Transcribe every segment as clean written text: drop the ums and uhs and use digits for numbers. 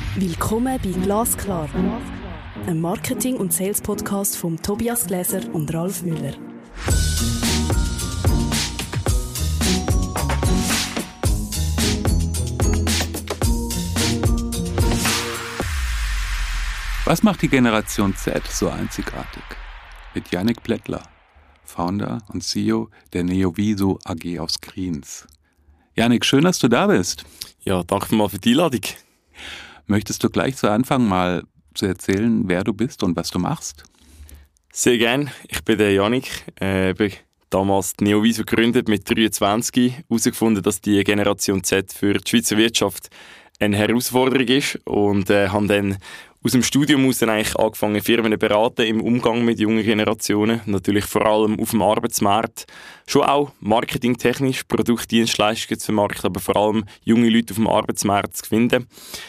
Willkommen bei Glasklar, einem Marketing- und Sales-Podcast von Tobias Gläser und Ralf Müller. Was macht die Generation Z so einzigartig? Mit Yannick Plättler, Founder und CEO der Neoviso AG aus Kriens. Yannick, schön, dass du da bist. Ja, danke mal für die Einladung. Möchtest du gleich zu Anfang mal zu erzählen, wer du bist und was du machst? Sehr gerne. Ich bin der Yannick. Ich habe damals die Neoviso gegründet mit 23. Herausgefunden, dass die Generation Z für die Schweizer Wirtschaft eine Herausforderung ist und habe dann aus dem Studium aus dann eigentlich angefangen, Firmen zu beraten im Umgang mit jungen Generationen. Natürlich vor allem auf dem Arbeitsmarkt. Schon auch marketingtechnisch, Produktdienstleistungen zu vermarkten, aber vor allem junge Leute auf dem Arbeitsmarkt zu finden.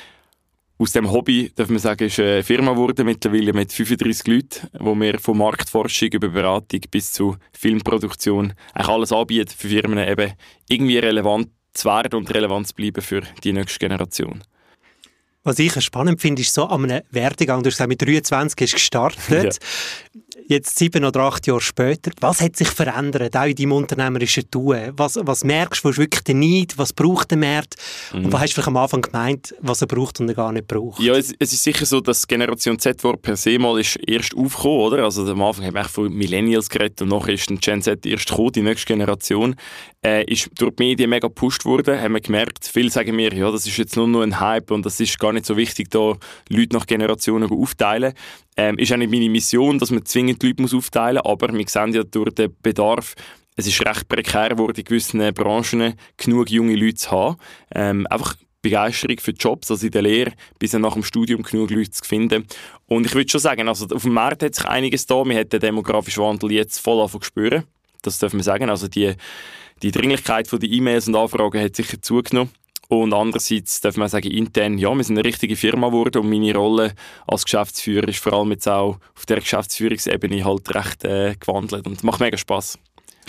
Aus dem Hobby, darf man sagen, ist eine Firma geworden, mittlerweile mit 35 Leuten, wo wir von Marktforschung über Beratung bis zu Filmproduktion eigentlich alles anbieten für Firmen, eben irgendwie relevant zu werden und relevant zu bleiben für die nächste Generation. Was ich spannend finde, ist so an einem Werdegang, du hast gesagt, mit 23 hast du gestartet. Ja. Jetzt 7 oder 8 Jahre später, was hat sich verändert, auch in deinem unternehmerischen Tun? Was merkst du, wo ist wirklich der Need, was braucht der Markt? Und was hast du vielleicht am Anfang gemeint, was er braucht und er gar nicht braucht? Ja, es ist sicher so, dass Generation Z-Wort per se mal ist erst aufgekommen, oder? Also am Anfang haben wir von Millennials geredet und nachher ist ein Gen Z erst gekommen, die nächste Generation. Ist durch die Medien mega gepusht worden, haben wir gemerkt, viele sagen mir, ja, das ist jetzt nur noch ein Hype und das ist gar nicht so wichtig, da Leute nach Generationen aufteilen. Ist auch nicht meine Mission, dass man zwingend die Leute aufteilen muss, aber wir sehen ja durch den Bedarf, es ist recht prekär geworden, in gewissen Branchen genug junge Leute zu haben. Einfach Begeisterung für Jobs, also in der Lehre, bis nach dem Studium genug Leute zu finden. Und ich würde schon sagen, also auf dem Markt hat sich einiges da, wir haben den demografischen Wandel jetzt voll angefangen zu spüren. Das dürfen wir sagen, also die Dringlichkeit der E-Mails und Anfragen hat sicher zugenommen. Und andererseits darf man sagen, intern, ja, wir sind eine richtige Firma geworden und meine Rolle als Geschäftsführer ist vor allem jetzt auch auf der Geschäftsführungsebene halt recht gewandelt und macht mega Spass.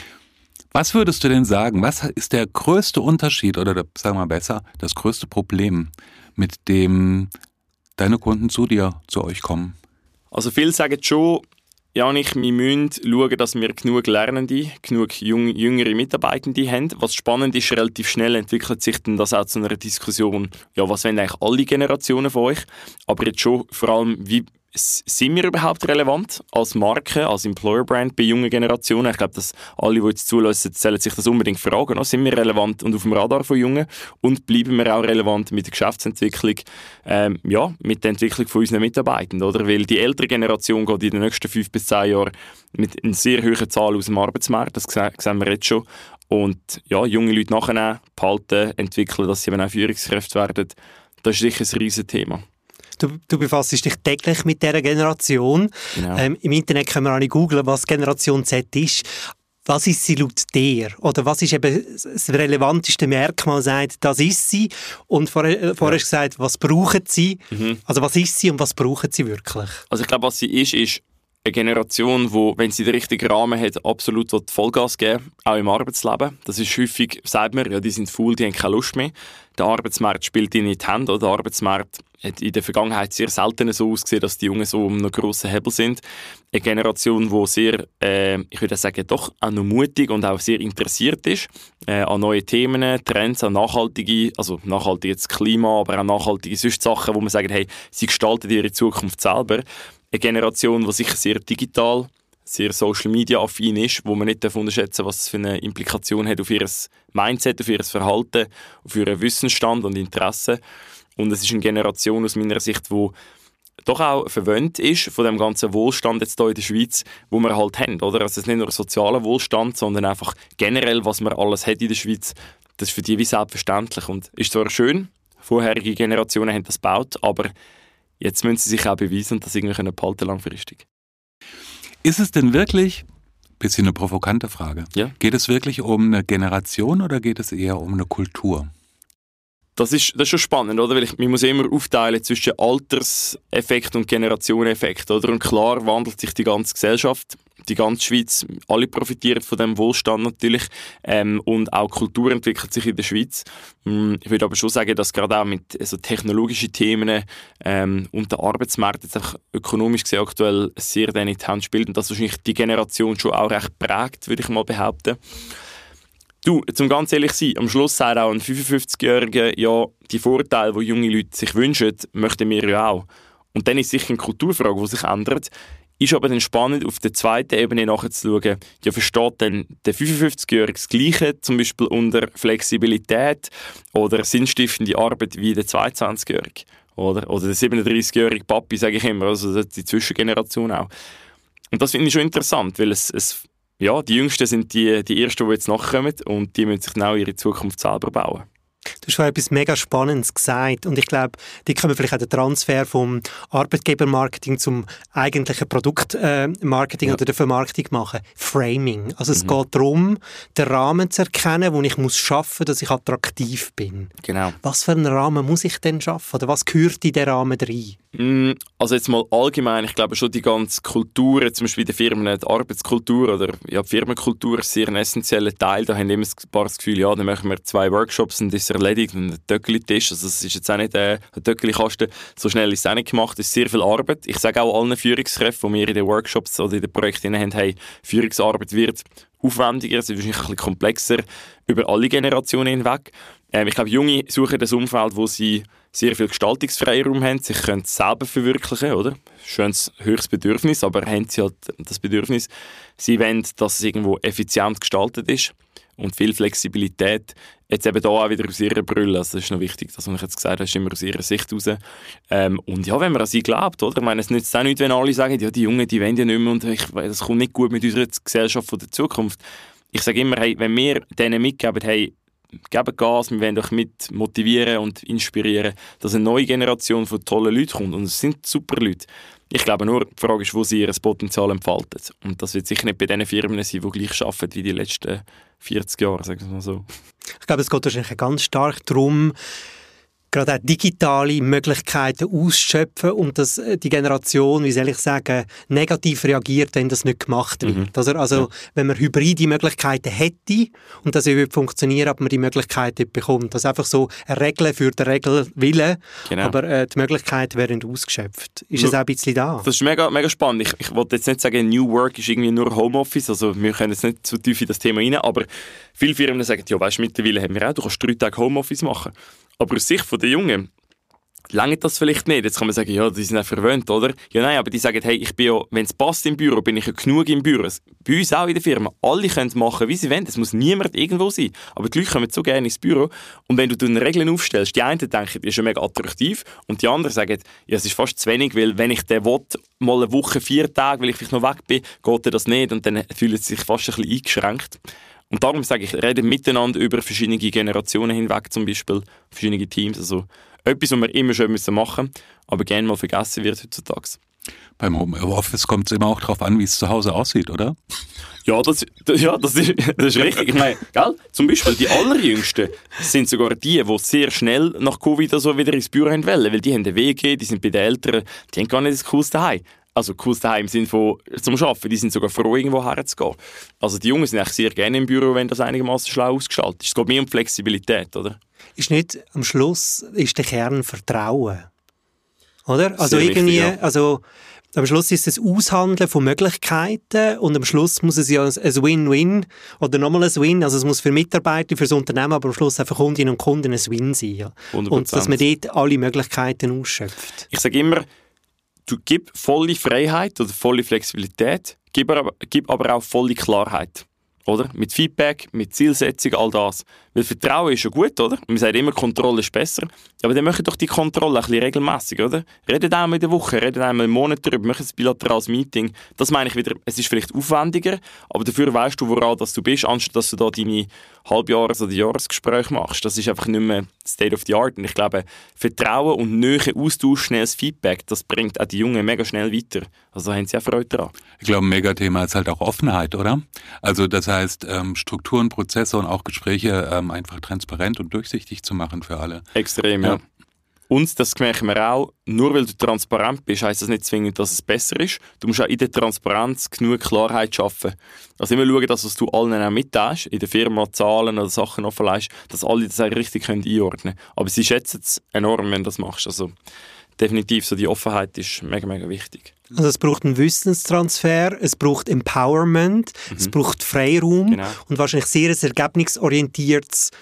Was würdest du denn sagen, was ist der größte Unterschied oder sagen wir besser, das größte Problem, mit dem deine Kunden zu euch kommen? Also viele sagen schon, Janik, wir müssen schauen, dass wir genug Lernende, genug jüngere Mitarbeitende haben. Was spannend ist, relativ schnell entwickelt sich dann das auch zu einer Diskussion, ja, was wollen eigentlich alle Generationen von euch? Aber jetzt schon vor allem, wie sind wir überhaupt relevant als Marke, als Employer-Brand bei jungen Generationen? Ich glaube, dass alle, die jetzt zulassen, sollen sich das unbedingt fragen. No? Sind wir relevant und auf dem Radar von Jungen? Und bleiben wir auch relevant mit der Geschäftsentwicklung, mit der Entwicklung von unseren Mitarbeitenden? Oder? Weil die ältere Generation geht in den nächsten 5 bis 10 Jahren mit einer sehr hohen Zahl aus dem Arbeitsmarkt. Das sehen wir jetzt schon. Und ja, junge Leute nachher behalten, entwickeln, dass sie eben auch Führungskräfte werden. Das ist sicher ein riesen Thema. Du befasst dich täglich mit dieser Generation. Genau. Im Internet können wir alle googlen, was Generation Z ist. Was ist sie laut dir? Oder was ist eben das relevanteste Merkmal, sagt, das ist sie? Und vorher hast du gesagt, was brauchen sie? Also was ist sie und was brauchen sie wirklich? Also ich glaube, was sie ist eine Generation, die, wenn sie den richtigen Rahmen hat, absolut Vollgas geben, auch im Arbeitsleben. Das ist häufig, sagt man, ja, die sind faul, die haben keine Lust mehr. Der Arbeitsmarkt spielt ihnen in die Hände. Der Arbeitsmarkt hat in der Vergangenheit sehr selten so ausgesehen, dass die Jungen so um einen grossen Hebel sind. Eine Generation, die sehr, ich würde sagen, doch auch noch mutig und auch sehr interessiert ist an neue Themen, Trends, an nachhaltiges Klima, aber auch nachhaltige sonst Sachen, wo man sagt, hey, sie gestalten ihre Zukunft selber. Eine Generation, die sicher sehr digital, sehr Social-Media-affin ist, wo man nicht unterschätzen darf, was es für eine Implikation hat auf ihr Mindset, auf ihr Verhalten, auf ihren Wissensstand und Interessen. Und es ist eine Generation aus meiner Sicht, die doch auch verwöhnt ist von dem ganzen Wohlstand jetzt hier in der Schweiz, wo wir halt haben. Oder? Also es ist nicht nur sozialer Wohlstand, sondern einfach generell, was man alles hat in der Schweiz. Das ist für die wie selbstverständlich und ist zwar schön, vorherige Generationen haben das gebaut, aber jetzt müssen sie sich auch beweisen und das irgendwie behalten langfristig. Ist es denn wirklich, bisschen eine provokante Frage, geht es wirklich um eine Generation oder geht es eher um eine Kultur? Das ist schon spannend, oder? Weil man muss immer aufteilen zwischen Alterseffekt und Generationeneffekt, oder? Und klar wandelt sich die ganze Gesellschaft. die ganze Schweiz, alle profitieren von dem Wohlstand natürlich und auch Kultur entwickelt sich in der Schweiz. Ich würde aber schon sagen, dass gerade auch mit so technologischen Themen und der Arbeitsmarkt jetzt einfach ökonomisch gesehen aktuell sehr in die Hand spielt und das wahrscheinlich die Generation schon auch recht prägt, würde ich mal behaupten. Du, zum ganz ehrlich sein, am Schluss sagt auch ein 55-Jähriger, ja, die Vorteile, die junge Leute sich wünschen, möchten wir ja auch. Und dann ist sicher eine Kulturfrage, die sich ändert. Ist aber dann spannend, auf der zweiten Ebene nachzuschauen, ja, versteht denn der 55-Jährige das Gleiche, zum Beispiel unter Flexibilität oder sinnstiftende Arbeit wie der 22-Jährige? Oder der 37-jährige Papi, sage ich immer, also die Zwischengeneration auch. Und das finde ich schon interessant, weil ja, die Jüngsten sind die Ersten, die jetzt nachkommen und die müssen sich genau ihre Zukunft selber bauen. Du hast vorhin etwas mega Spannendes gesagt und ich glaube, die können vielleicht auch den Transfer vom Arbeitgebermarketing zum eigentlichen Produktmarketing oder der Vermarktung machen. Framing. Also es geht darum, den Rahmen zu erkennen, wo ich muss schaffen, dass ich attraktiv bin. Genau. Was für einen Rahmen muss ich denn schaffen? Oder was gehört in den Rahmen rein? Also jetzt mal allgemein, ich glaube schon die ganze Kultur, zum Beispiel in den Firmen, die Arbeitskultur oder ja, die Firmenkultur ist sehr ein essentieller Teil. Da haben immer ein paar das Gefühl, ja, dann machen wir 2 Workshops und das ist erledigt und ein Töckeli-Tisch. Also es ist jetzt auch nicht ein Töckeli-Kasten. So schnell ist es auch nicht gemacht. Es ist sehr viel Arbeit. Ich sage auch allen Führungskräften, die wir in den Workshops oder in den Projekten haben, hey, Führungsarbeit wird aufwendiger, es ist wahrscheinlich ein bisschen komplexer über alle Generationen hinweg. Ich glaube, Junge suchen das Umfeld, wo sie sehr viel Gestaltungsfreiraum haben, sich können selber verwirklichen, oder? Schönes, höchstes Bedürfnis, aber haben sie halt das Bedürfnis, sie wollen, dass es irgendwo effizient gestaltet ist und viel Flexibilität. Jetzt eben da auch wieder aus ihrer Brille, also das ist noch wichtig, das, was ich jetzt gesagt habe, ist immer aus ihrer Sicht raus. Und ja, wenn man an sie glaubt, oder? Ich meine, es nützt auch nichts, wenn alle sagen, ja, die Jungen, die wollen ja nicht mehr und das kommt nicht gut mit unserer Gesellschaft von der Zukunft. Ich sage immer, hey, wenn wir denen mitgeben, hey, geben Gas, wir wollen euch mit motivieren und inspirieren, dass eine neue Generation von tollen Leuten kommt. Und es sind super Leute. Ich glaube nur, die Frage ist, wo sie ihr Potenzial entfalten. Und das wird sicher nicht bei den Firmen sein, die gleich arbeiten wie die letzten 40 Jahre, sagen wir mal so. Ich glaube, es geht wahrscheinlich ganz stark darum, gerade auch digitale Möglichkeiten auszuschöpfen und dass die Generation, wie soll ich sagen, negativ reagiert, wenn das nicht gemacht wird. Also wenn man hybride Möglichkeiten hätte und das würde funktionieren, aber man die Möglichkeit nicht bekommt. Das ist einfach so eine Regel für die Regel Willen, genau. Aber die Möglichkeiten werden ausgeschöpft. Ist es auch ein bisschen da? Das ist mega, mega spannend. Ich wollte jetzt nicht sagen, New Work ist irgendwie nur Homeoffice, also wir können jetzt nicht zu tief in das Thema rein, aber viele Firmen sagen, ja weißt, mittlerweile haben wir auch, du kannst 3 Tage Homeoffice machen. Aber aus Sicht der Jungen reicht das vielleicht nicht. Jetzt kann man sagen, ja, die sind auch verwöhnt, oder? Ja, nein, aber die sagen, hey, ich bin ja, wenn es passt im Büro, bin ich ja genug im Büro. Bei uns auch in der Firma. Alle können machen, wie sie wollen. Es muss niemand irgendwo sein. Aber die Leute kommen so gerne ins Büro. Und wenn du dann Regeln aufstellst, die einen denken, das ist schon mega attraktiv. Und die anderen sagen, ja, es ist fast zu wenig, weil wenn ich den will, mal eine Woche, 4 Tage, weil ich vielleicht noch weg bin, geht das nicht. Und dann fühlen sie sich fast ein bisschen eingeschränkt. Und darum sage ich, reden miteinander über verschiedene Generationen hinweg, zum Beispiel verschiedene Teams. Also etwas, was wir immer schon machen müssen, aber gerne mal vergessen wird heutzutage. Beim Homeoffice kommt es immer auch darauf an, wie es zu Hause aussieht, oder? Ja, das ist richtig. Ich meine, gell? Zum Beispiel die Allerjüngsten sind sogar die sehr schnell nach Covid so wieder ins Büro wollen, weil die haben eine WG, die sind bei den Eltern, die haben gar nicht das coolste Heim. Also cool daheim im Sinne von zum Arbeiten, die sind sogar froh, irgendwo herzugehen. Also die Jungen sind eigentlich sehr gerne im Büro, wenn das einigermaßen schlau ausgestaltet ist. Es geht mehr um Flexibilität, oder? Ist nicht, am Schluss ist der Kern Vertrauen, oder? Also sehr irgendwie, wichtig, ja. Also am Schluss ist es Aushandeln von Möglichkeiten und am Schluss muss es ja ein Win-Win oder nochmal ein Win, also es muss für Mitarbeiter, für das Unternehmen, aber am Schluss auch für Kundinnen und Kunden ein Win sein. Ja. 100%. Und dass man dort alle Möglichkeiten ausschöpft. Ich sage immer, du gib volle Freiheit oder volle Flexibilität, gib aber auch volle Klarheit. Oder? Mit Feedback, mit Zielsetzung, all das. Weil Vertrauen ist schon gut, oder? Man sagt immer, Kontrolle ist besser. Aber dann machen doch die Kontrolle ein bisschen regelmässig, oder? Redet einmal in der Woche, redet einmal im Monat darüber, machen ein bilaterales Meeting. Das meine ich wieder, es ist vielleicht aufwendiger, aber dafür weißt du, woran du bist, anstatt dass du da deine Halbjahres- oder Jahresgespräche machst. Das ist einfach nicht mehr State of the Art. Und ich glaube, Vertrauen und Nähe, Austausch, schnelles Feedback, das bringt auch die Jungen mega schnell weiter. Also da haben sie auch Freude daran. Ich glaube, ein Megathema ist halt auch Offenheit, oder? Also das heißt, Strukturen, Prozesse und auch Gespräche einfach transparent und durchsichtig zu machen für alle. Extrem, ja. Und das merken wir auch, nur weil du transparent bist, heisst das nicht zwingend, dass es besser ist. Du musst auch in der Transparenz genug Klarheit schaffen. Also immer schauen, dass was du allen auch mitteilst, in der Firma Zahlen oder Sachen offenlegst, dass alle das auch richtig einordnen können. Aber sie schätzen es enorm, wenn du das machst. Also definitiv, so die Offenheit ist mega, mega wichtig. Also es braucht einen Wissenstransfer, es braucht Empowerment, es braucht Freiraum und wahrscheinlich sehr ein ergebnisorientiertes,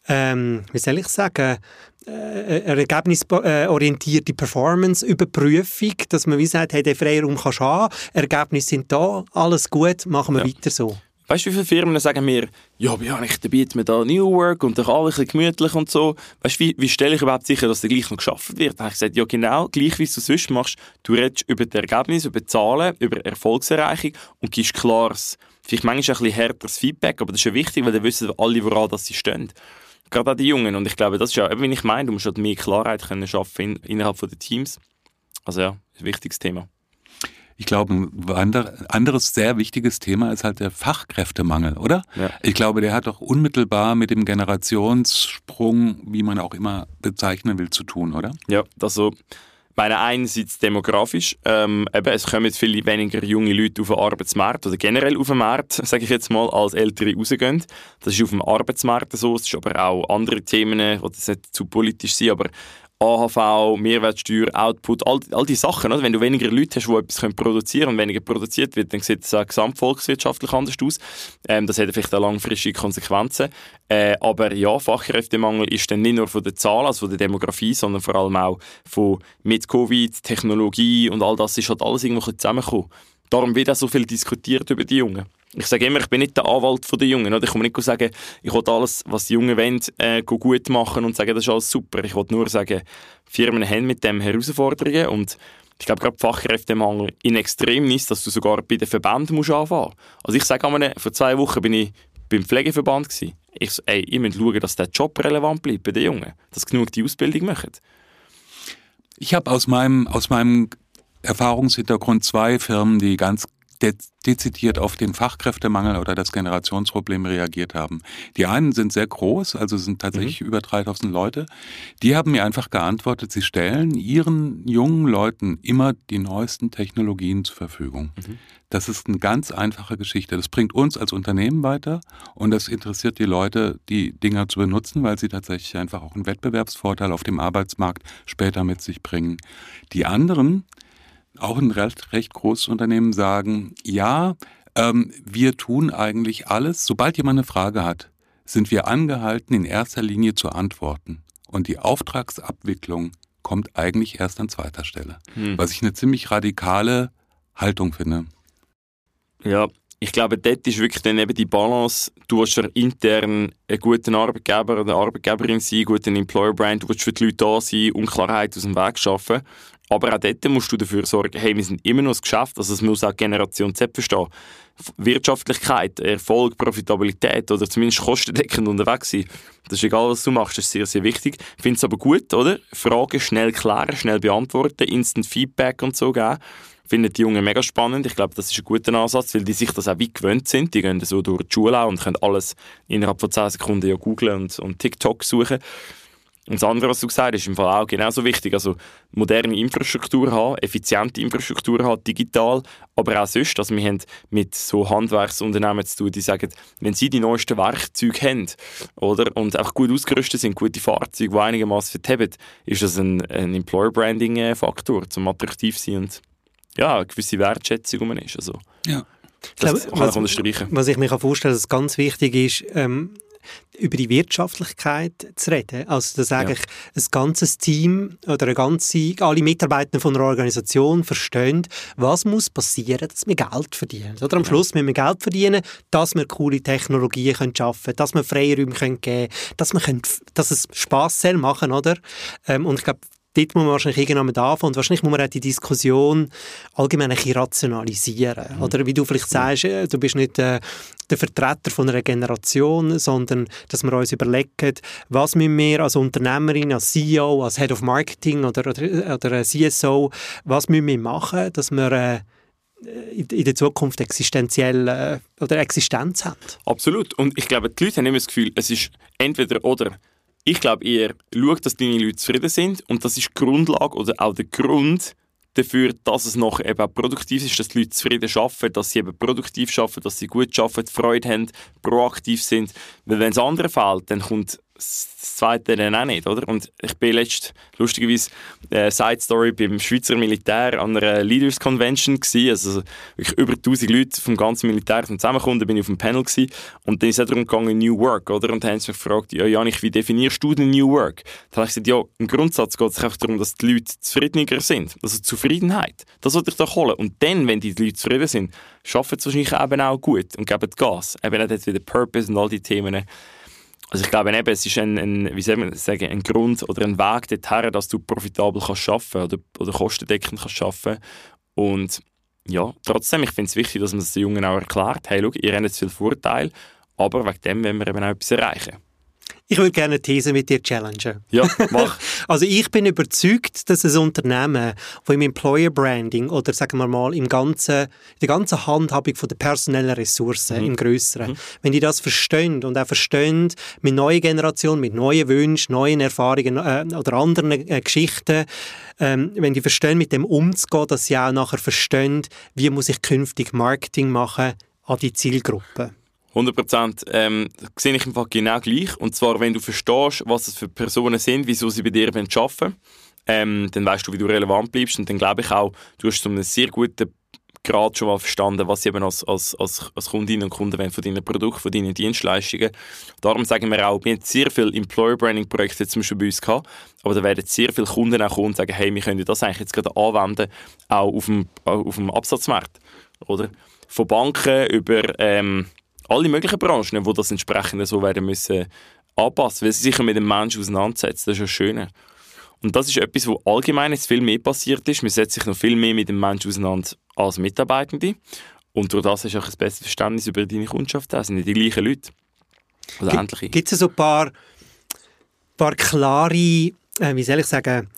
wie soll ich sagen, eine ergebnisorientierte Performance-Überprüfung, dass man wie sagt, hey, den Freiraum kannst du haben, Ergebnisse sind da, alles gut, machen wir weiter so. Weißt du, wie viele Firmen sagen mir, ja, aber ja, da bietet mir da New Work und dann alles ein bisschen gemütlich und so. Weißt du, wie stelle ich überhaupt sicher, dass der gleich noch geschafft wird? Da habe ich gesagt, ja genau, gleich wie du es sonst machst. Du redest über die Ergebnisse, über die Zahlen, über Erfolgserreichung und gibst klares, vielleicht manchmal ein bisschen härteres Feedback, aber das ist ja wichtig, weil dann wissen alle, woran sie stehen. Gerade auch die Jungen. Und ich glaube, das ist ja, wie ich meine, du musst halt mehr Klarheit können schaffen innerhalb der Teams. Also ja, ein wichtiges Thema. Ich glaube, ein anderes sehr wichtiges Thema ist halt der Fachkräftemangel, oder? Ja. Ich glaube, der hat doch unmittelbar mit dem Generationssprung, wie man auch immer bezeichnen will, zu tun, oder? Ja, also meine einerseits demografisch, es kommen jetzt viel weniger junge Leute auf den Arbeitsmarkt oder generell auf den Markt, sage ich jetzt mal, als Ältere rausgehen. Das ist auf dem Arbeitsmarkt so, es ist aber auch andere Themen, die das nicht zu politisch sind, aber AHV, Mehrwertsteuer, Output, all die Sachen. Oder? Wenn du weniger Leute hast, die etwas produzieren können und weniger produziert wird, dann sieht es auch gesamtvolkswirtschaftlich anders aus. Das hat vielleicht auch langfristige Konsequenzen. Aber ja, Fachkräftemangel ist dann nicht nur von der Zahl, also von der Demografie, sondern vor allem auch von mit Covid, Technologie und all das ist halt alles irgendwo zusammengekommen. Darum wird auch so viel diskutiert über die Jungen. Ich sage immer, ich bin nicht der Anwalt der Jungen. Oder? Ich kann nicht sagen, ich will alles, was die Jungen wollen, gut machen und sagen, das ist alles super. Ich will nur sagen, Firmen haben mit dem Herausforderungen und ich glaube, gerade Fachkräftemangel in extrem ist, dass du sogar bei den Verbänden musst anfangen musst. Also ich sage einmal, vor 2 Wochen bin ich beim Pflegeverband gewesen. Ich so, ihr müsst schauen, dass der Job relevant bleibt bei den Jungen, dass genug die Ausbildung machen. Ich habe aus meinem Erfahrungshintergrund 2 Firmen, die ganz dezidiert auf den Fachkräftemangel oder das Generationsproblem reagiert haben. Die einen sind sehr groß, also sind tatsächlich über 3000 Leute. Die haben mir einfach geantwortet, sie stellen ihren jungen Leuten immer die neuesten Technologien zur Verfügung. Das ist eine ganz einfache Geschichte. Das bringt uns als Unternehmen weiter und das interessiert die Leute, die Dinger zu benutzen, weil sie tatsächlich einfach auch einen Wettbewerbsvorteil auf dem Arbeitsmarkt später mit sich bringen. Die anderen, auch ein recht großes Unternehmen, sagen, ja, wir tun eigentlich alles. Sobald jemand eine Frage hat, sind wir angehalten, in erster Linie zu antworten. Und die Auftragsabwicklung kommt eigentlich erst an zweiter Stelle. Was ich eine ziemlich radikale Haltung finde. Ja, ich glaube, dort ist wirklich dann eben die Balance. Du willst ja intern einen guten Arbeitgeber oder Arbeitgeberin sein, einen guten Employer-Brand, du willst für die Leute da sein, Unklarheit aus dem Weg schaffen. Aber auch dort musst du dafür sorgen, hey, wir sind immer noch ein Geschäft, also es muss auch Generation Z verstehen. Wirtschaftlichkeit, Erfolg, Profitabilität oder zumindest kostendeckend unterwegs sein. Das ist egal, was du machst, das ist sehr, sehr wichtig. Ich finde es aber gut, oder? Fragen schnell klären, schnell beantworten, Instant Feedback und so geben. Finden die Jungen mega spannend. Ich glaube, das ist ein guter Ansatz, weil die sich das auch wie gewöhnt sind. Die gehen so durch die Schule auch und können alles innerhalb von 10 Sekunden ja googlen und TikTok suchen. Und das andere, was du gesagt hast, ist im Fall auch genauso wichtig. Also moderne Infrastruktur haben, effiziente Infrastruktur haben, digital, aber auch sonst. Also wir haben mit so Handwerksunternehmen zu tun, die sagen, wenn sie die neuesten Werkzeuge haben oder, und auch gut ausgerüstet sind, gute Fahrzeuge, die einigermaßen verheben, ist das ein Employer-Branding-Faktor, um attraktiv zu sein und ja, eine gewisse Wertschätzung, um man ist. Also, ja. Das kann ich unterstreichen. Was ich mir vorstellen kann, dass es ganz wichtig ist, über die Wirtschaftlichkeit zu reden. Also, dass eigentlich ein ganzes Team oder alle Mitarbeiter von einer Organisation verstehen, was muss passieren, dass wir Geld verdienen. Oder am Schluss müssen wir Geld verdienen, dass wir coole Technologien schaffen können, dass wir Freiräume geben können, dass es Spass soll machen, oder? Und ich glaube, dort muss man wahrscheinlich irgendwann anfangen und wahrscheinlich muss man auch die Diskussion allgemein ein bisschen rationalisieren. Oder wie du vielleicht sagst, du bist nicht der Vertreter von einer Generation, sondern dass wir uns überlegen, was müssen wir als Unternehmerin, als CEO, als Head of Marketing oder CSO, was müssen wir machen, dass wir in der Zukunft existenziell oder Existenz haben. Absolut. Und ich glaube, die Leute haben immer das Gefühl, es ist entweder oder. Ich glaube eher, schau, dass deine Leute zufrieden sind und das ist die Grundlage oder auch der Grund dafür, dass es nachher eben auch produktiv ist, dass die Leute zufrieden arbeiten, dass sie eben produktiv arbeiten, dass sie gut arbeiten, Freude haben, proaktiv sind. Weil wenn das andere fehlt, dann kommt das Zweite dann auch nicht, oder? Und ich bin letztens, lustigerweise, Side Story beim Schweizer Militär an einer Leaders Convention gewesen, also wirklich über 1000 Leute vom ganzen Militär zusammengekommen, da bin ich auf dem Panel gewesen, und dann ist es darum gegangen, New Work, oder? Und dann haben sie mich gefragt, ja Janik, wie definierst du den New Work? Dann habe ich gesagt, ja, im Grundsatz geht es einfach darum, dass die Leute zufriedener sind, also Zufriedenheit, das sollte ich doch holen. Und dann, wenn die Leute zufrieden sind, schaffen sie wahrscheinlich eben auch gut und geben Gas. Eben nicht jetzt wieder Purpose und all die Themen. Also ich glaube eben, es ist wie soll man sagen, ein Grund oder ein Weg dorthin, dass du profitabel kannst arbeiten oder kostendeckend kannst arbeiten. Und ja, trotzdem, ich finde es wichtig, dass man es den Jungen auch erklärt. Hey, schau, ihr habt jetzt viel Vorteil, aber wegen dem wollen wir eben auch etwas erreichen. Ich würde gerne eine These mit dir challengen. Ja, mach. Also ich bin überzeugt, dass ein Unternehmen, das im Employer Branding oder sagen wir mal in der ganzen Handhabung von der personellen Ressourcen im Grösseren, wenn die das verstehen und auch verstehen mit neuen Generationen, mit neuen Wünschen, neuen Erfahrungen oder anderen Geschichten, wenn die verstehen, mit dem umzugehen, dass sie auch nachher verstehen, wie muss ich künftig Marketing machen an die Zielgruppe. 100%. Sehe ich im Fall genau gleich. Und zwar, wenn du verstehst, was es für Personen sind, wieso sie bei dir arbeiten wollen, dann weißt du, wie du relevant bleibst. Und dann glaube ich auch, du hast zu einem sehr guten Grad schon mal verstanden, was sie eben als Kundinnen und Kunden wollen von deinen Produkten, von deinen Dienstleistungen. Darum sagen wir auch, wir haben sehr viele Employer-Branding-Projekte zum Beispiel bei uns gehabt, aber da werden sehr viele Kunden auch kommen und sagen, hey, wir können das eigentlich jetzt gerade anwenden, auch auf dem Absatzmarkt. Oder? Von Banken über alle möglichen Branchen, die das entsprechend so werden müssen anpassen, weil sie sich mit dem Menschen auseinandersetzen. Das ist ja schön. Und das ist etwas, wo allgemein jetzt viel mehr passiert ist. Man setzt sich noch viel mehr mit dem Menschen auseinander als Mitarbeitende. Und durch das hast du auch ein besseres Verständnis über deine Kundschaft. Das sind nicht die gleichen Leute. Also ähnliche. Gibt es so ein paar klare, wie soll ich sagen,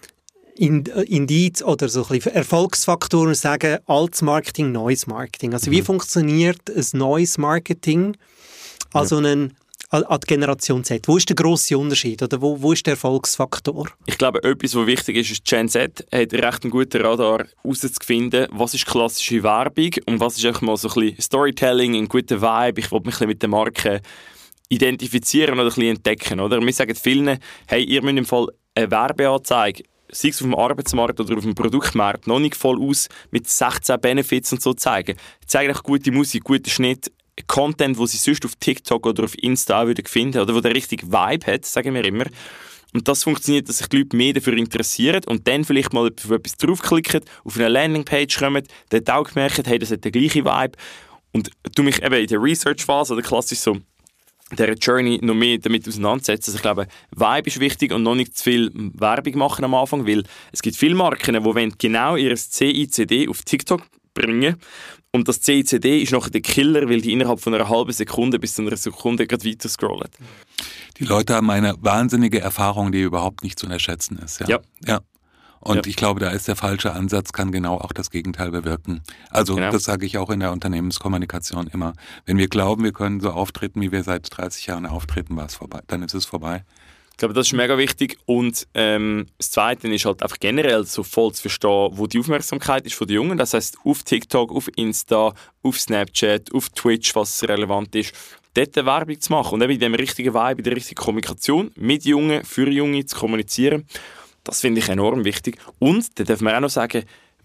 Indiz oder so ein bisschen Erfolgsfaktoren sagen, altes Marketing, neues Marketing. Also wie funktioniert ein neues Marketing also an die Generation Z? Wo ist der grosse Unterschied oder wo ist der Erfolgsfaktor? Ich glaube, etwas, was wichtig ist, ist, Gen Z hat recht einen guten Radar, herauszufinden, was ist klassische Werbung und was ist einfach mal so ein bisschen Storytelling, ein guter Vibe. Ich will mich ein bisschen mit der Marke identifizieren oder ein bisschen entdecken. Oder? Wir sagen vielen, hey, ihr müsst im Fall eine Werbeanzeige, sei es auf dem Arbeitsmarkt oder auf dem Produktmarkt, noch nicht voll aus mit 16 Benefits und so zeigen. Zeigen auch gute Musik, guten Schnitt, Content, wo sie sonst auf TikTok oder auf Insta auch wieder finden oder wo der richtige Vibe hat, sagen wir immer. Und das funktioniert, dass sich die Leute mehr dafür interessieren und dann vielleicht mal auf etwas draufklicken, auf eine Landingpage kommen, dort auch gemerkt, hey, das hat den gleichen Vibe und du mich eben in der Research-Phase oder klassisch so dieser Journey noch mehr damit auseinandersetzen. Also ich glaube, Vibe ist wichtig und noch nicht zu viel Werbung machen am Anfang, weil es gibt viele Marken, die wollen genau ihr CICD auf TikTok bringen und das CICD ist nachher der Killer, weil die innerhalb von einer halben Sekunde bis zu einer Sekunde gerade weiter scrollen. Die Leute haben eine wahnsinnige Erfahrung, die überhaupt nicht zu unterschätzen ist. Ja. Und ich glaube, da ist der falsche Ansatz, kann genau auch das Gegenteil bewirken. Also das sage ich auch in der Unternehmenskommunikation immer. Wenn wir glauben, wir können so auftreten, wie wir seit 30 Jahren auftreten, war es vorbei. Dann ist es vorbei. Ich glaube, das ist mega wichtig. Und das Zweite ist halt einfach generell so voll zu verstehen, wo die Aufmerksamkeit ist von den Jungen. Das heisst, auf TikTok, auf Insta, auf Snapchat, auf Twitch, was relevant ist, dort eine Werbung zu machen und eben in dem richtigen Vibe, in der richtigen Kommunikation mit Jungen, für Junge zu kommunizieren. Das finde ich enorm wichtig. Und, da darf man auch noch sagen,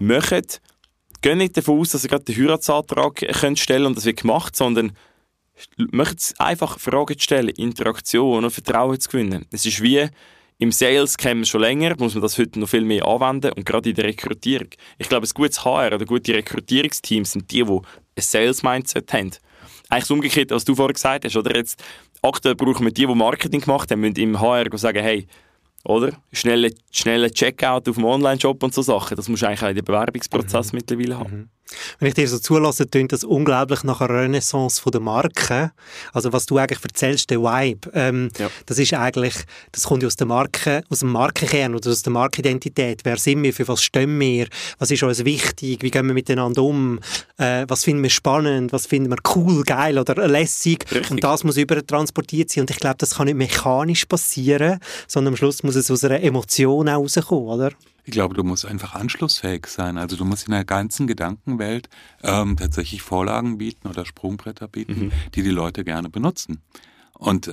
geht nicht davon aus, dass ihr gerade den Heiratsantrag stellen könnt und das wird gemacht, sondern möchtet einfach Fragen stellen, Interaktion und Vertrauen zu gewinnen. Es ist wie im Sales kennen wir schon länger, muss man das heute noch viel mehr anwenden und gerade in der Rekrutierung. Ich glaube, ein gutes HR oder gute Rekrutierungsteams sind die ein Sales-Mindset haben. Eigentlich das Umgekehrte, was du vorher gesagt hast. Oder jetzt, aktuell brauchen wir die Marketing gemacht haben, müssen im HR sagen, hey, oder? Schneller Checkout auf dem Online-Shop und so Sachen. Das musst du eigentlich auch in den Bewerbungsprozess mittlerweile haben. Wenn ich dir so zulasse, tönt das unglaublich nach einer Renaissance von der Marke. Also was du eigentlich erzählst, der Vibe, das ist eigentlich, das kommt aus der Marke, aus dem Markenkern oder aus der Markenidentität. Wer sind wir, für was stehen wir, was ist uns wichtig, wie gehen wir miteinander um, was finden wir spannend, was finden wir cool, geil oder lässig. Richtig. Und das muss übertransportiert sein. Und ich glaube, das kann nicht mechanisch passieren, sondern am Schluss muss es aus einer Emotion auch rauskommen, oder? Ich glaube, du musst einfach anschlussfähig sein. Also du musst in der ganzen Gedankenwelt tatsächlich Vorlagen bieten oder Sprungbretter bieten, die Leute gerne benutzen. Und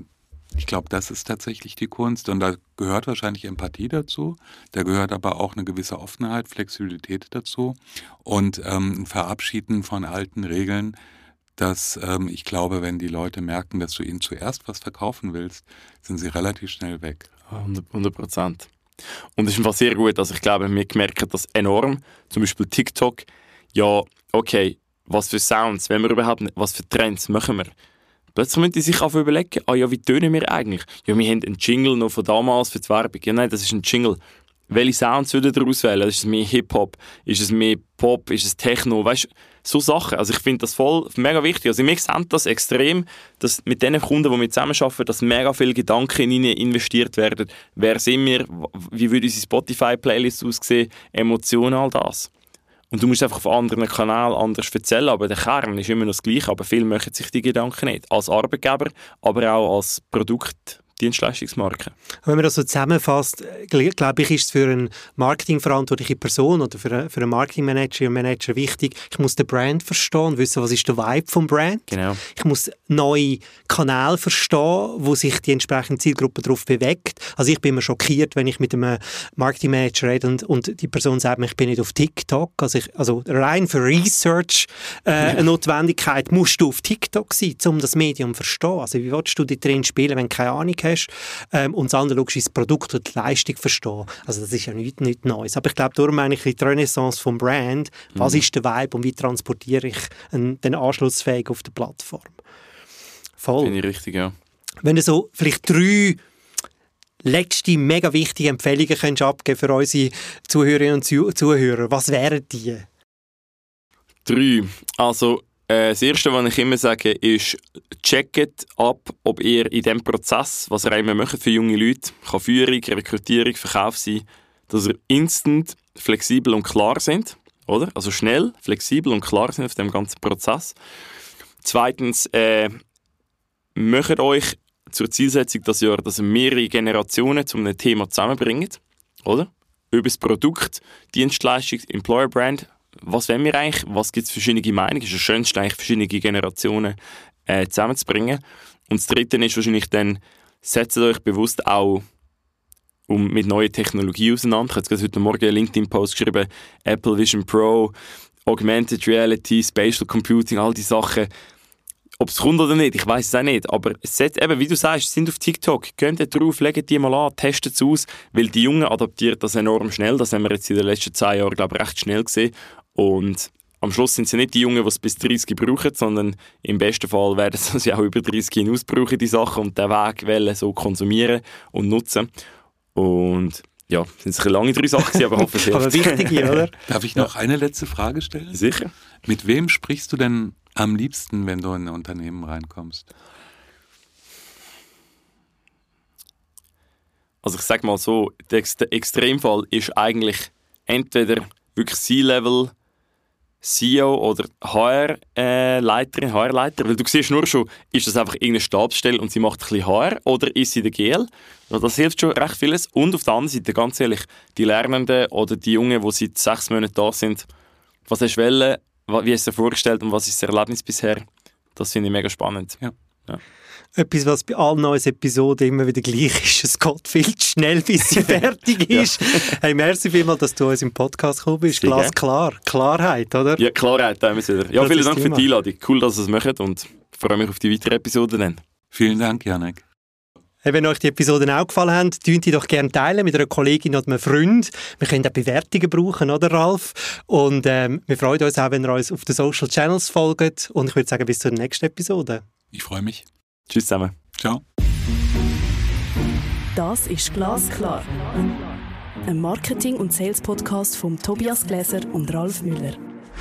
ich glaube, das ist tatsächlich die Kunst. Und da gehört wahrscheinlich Empathie dazu. Da gehört aber auch eine gewisse Offenheit, Flexibilität dazu. Und ein Verabschieden von alten Regeln, dass ich glaube, wenn die Leute merken, dass du ihnen zuerst was verkaufen willst, sind sie relativ schnell weg. 100%. Und es ist einfach sehr gut, also ich glaube, wir merken das enorm. Zum Beispiel TikTok, ja, okay, was für Sounds, wenn wir überhaupt nicht, was für Trends machen wir? Plötzlich müssen die sich einfach überlegen, ja, wie tönen wir eigentlich? Ja, wir haben einen Jingle noch von damals für die Werbung. Ja, nein, das ist ein Jingle. Welche Sounds würdet ihr auswählen? Ist es mehr Hip-Hop? Ist es mehr Pop? Ist es Techno? Weißt du, so Sachen. Also ich finde das voll mega wichtig. Also wir sehen das extrem, dass mit den Kunden, die wir zusammenarbeiten, dass mega viele Gedanken in investiert werden. Wer sind wir? Wie würde unsere Spotify-Playlist aussehen? Emotional das. Und du musst einfach auf anderen Kanälen anders erzählen, aber der Kern ist immer noch das Gleiche. Aber viele machen sich die Gedanken nicht. Als Arbeitgeber, aber auch als Dienstleistungsmarke. Wenn man das so zusammenfasst, glaube ich, ist es für eine marketingverantwortliche Person oder für einen Marketingmanager und Manager wichtig, ich muss den Brand verstehen und wissen, was ist der Vibe vom Brand. Genau. Ich muss neue Kanäle verstehen, wo sich die entsprechende Zielgruppe darauf bewegt. Also ich bin immer schockiert, wenn ich mit einem Marketingmanager rede und die Person sagt mir, ich bin nicht auf TikTok. Also rein für Research eine Notwendigkeit, musst du auf TikTok sein, um das Medium zu verstehen. Also wie willst du da drin spielen, wenn du keine Ahnung hast? Und das andere ist das Produkt und die Leistung verstehen. Also das ist ja nichts Neues. Aber ich glaube, darum meine ich die Renaissance vom Brand. Was ist der Vibe und wie transportiere ich den anschlussfähig auf der Plattform? Voll. Finde ich richtig, ja. Wenn du so vielleicht 3 letzte mega wichtige Empfehlungen könntest abgeben für unsere Zuhörerinnen und Zuhörer, was wären die? 3. Also das Erste, was ich immer sage, ist, checkt ab, ob ihr in diesem Prozess, was ihr immer macht für junge Leute, kann Führung, Rekrutierung, Verkauf sein, dass ihr instant, flexibel und klar sind, oder? Also schnell, flexibel und klar sind auf dem ganzen Prozess. Zweitens, macht euch zur Zielsetzung, dass ihr mehrere Generationen zu einem Thema zusammenbringt, oder? Über das Produkt, Dienstleistung, Employer Brand. Was wollen wir eigentlich? Was gibt es für verschiedene Meinungen? Es ist das Schönste, eigentlich verschiedene Generationen zusammenzubringen. Und das Dritte ist wahrscheinlich dann, setzt euch bewusst auch mit neuen Technologien auseinander. Ich habe jetzt heute Morgen einen LinkedIn-Post geschrieben, Apple Vision Pro, Augmented Reality, Spatial Computing, all diese Sachen. Ob es kommt oder nicht, ich weiß es auch nicht. Aber eben, wie du sagst, sind auf TikTok, geht drauf, legt die mal an, testet es aus, weil die Jungen adaptieren das enorm schnell. Das haben wir jetzt in den letzten 10 Jahren, glaube ich, recht schnell gesehen. Und am Schluss sind es nicht die Jungen, die es bis 30 brauchen, sondern im besten Fall werden sie auch über 30 hinaus brauchen, die Sachen, und den Weg wollen, so konsumieren und nutzen. Und ja, sind es lange 3 Sachen, aber hoffentlich. Aber wichtige, oder? Darf ich noch eine letzte Frage stellen? Sicher. Mit wem sprichst du denn am liebsten, wenn du in ein Unternehmen reinkommst? Also ich sage mal so, der Extremfall ist eigentlich entweder wirklich C-Level, CEO oder HR-Leiterin, HR-Leiter, weil du siehst nur schon, ist das einfach irgendeine Stabsstelle und sie macht ein bisschen HR oder ist sie der GL? Also das hilft schon recht vieles. Und auf der anderen Seite, ganz ehrlich, die Lernenden oder die Jungen, die seit 6 Monaten da sind, was hast du wollen, wie hast du dir vorgestellt und was ist das Erlebnis bisher? Das finde ich mega spannend. Ja. Etwas, was bei allen neuen Episoden immer wieder gleich ist. Es geht viel zu schnell, bis sie fertig ist. Hey, merci vielmals, dass du uns im Podcast gekommen bist. Glasklar. Klarheit, oder? Ja, Klarheit haben wir es wieder. Ja, vielen Dank für die Einladung. Cool, dass ihr es macht und ich freue mich auf die weiteren Episoden dann. Vielen Dank, Janek. Hey, wenn euch die Episoden auch gefallen haben, teilt die doch gerne teilen mit einer Kollegin oder einem Freund. Wir können auch Bewertungen brauchen, oder Ralf? Und wir freuen uns auch, wenn ihr uns auf den Social Channels folgt. Und ich würde sagen, bis zur nächsten Episode. Ich freue mich. Tschüss zusammen. Ciao. Das ist Glasklar. Ein Marketing- und Sales-Podcast von Tobias Gläser und Ralf Müller.